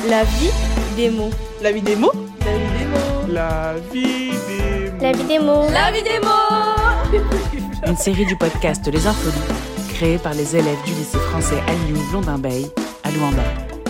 La vie des mots. La vie des mots. La vie des mots. La vie des mots. La vie des mots. La vie des mots. Une série du podcast Les Infolies, créée par les élèves du lycée français Alioune Blondin-Bay à Luanda.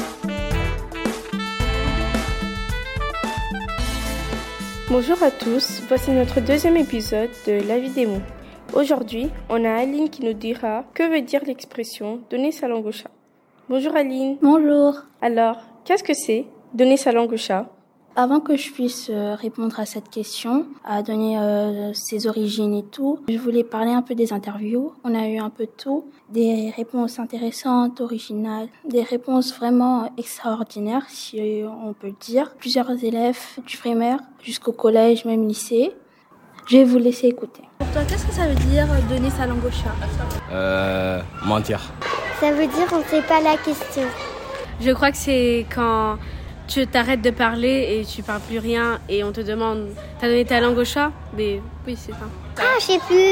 Bonjour à tous, voici notre deuxième épisode de La vie des mots. Aujourd'hui, on a Aline qui nous dira que veut dire l'expression « donner sa langue au chat ». Bonjour Aline. Bonjour. Alors, qu'est-ce que c'est « donner sa langue au chat » ? Avant que je puisse répondre à cette question, à donner ses origines et tout, je voulais parler un peu des interviews. On a eu un peu de tout, des réponses intéressantes, originales, des réponses vraiment extraordinaires, si on peut le dire. Plusieurs élèves du primaire jusqu'au collège, même lycée. Je vais vous laisser écouter. Pour toi, qu'est-ce que ça veut dire donner sa langue au chat ? Mentir. Ça veut dire on ne sait pas la question. Je crois que c'est quand tu t'arrêtes de parler et tu parles plus rien et on te demande « T'as donné ta langue au chat ?» Mais oui, c'est ça. Je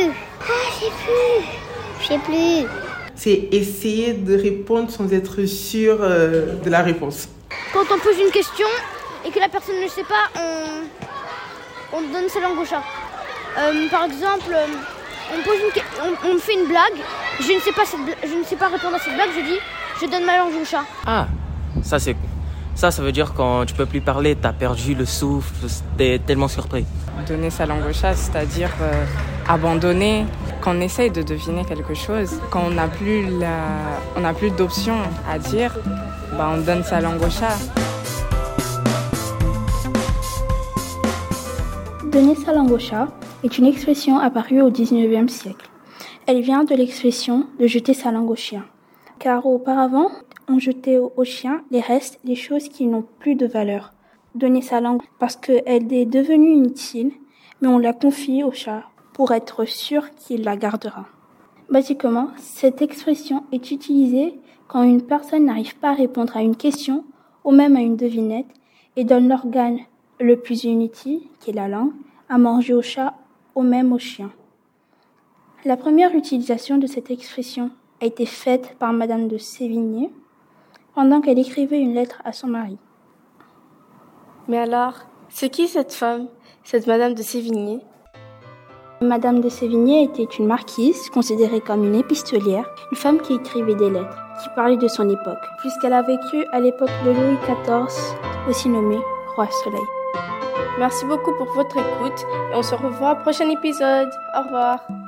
sais plus. C'est essayer de répondre sans être sûr de la réponse. Quand on pose une question et que la personne ne sait pas, on donne sa langue au chat. Par exemple, on me fait une blague, je ne sais pas répondre à cette blague, je dis je donne ma langue au chat. Ah, ça veut dire quand tu peux plus parler, t'as perdu le souffle, t'es tellement surpris. Donner sa langue au chat, c'est-à-dire abandonner, quand on essaye de deviner quelque chose, quand on n'a plus d'options à dire, on donne sa langue au chat. Donner sa langue au chat est une expression apparue au XIXe siècle. Elle vient de l'expression de jeter sa langue au chien. Car auparavant, on jetait au chien les restes, les choses qui n'ont plus de valeur. Donner sa langue parce qu'elle est devenue inutile, mais on la confie au chat pour être sûr qu'il la gardera. Basiquement, cette expression est utilisée quand une personne n'arrive pas à répondre à une question ou même à une devinette et donne l'organe le plus inutile, qui est la langue, à manger au chat ou même au chien. La première utilisation de cette expression a été faite par Madame de Sévigné pendant qu'elle écrivait une lettre à son mari. Mais alors, c'est qui cette femme, cette Madame de Sévigné ? Madame de Sévigné était une marquise, considérée comme une épistolière, une femme qui écrivait des lettres, qui parlait de son époque, puisqu'elle a vécu à l'époque de Louis XIV, aussi nommé Roi Soleil. Merci beaucoup pour votre écoute et on se revoit au prochain épisode. Au revoir.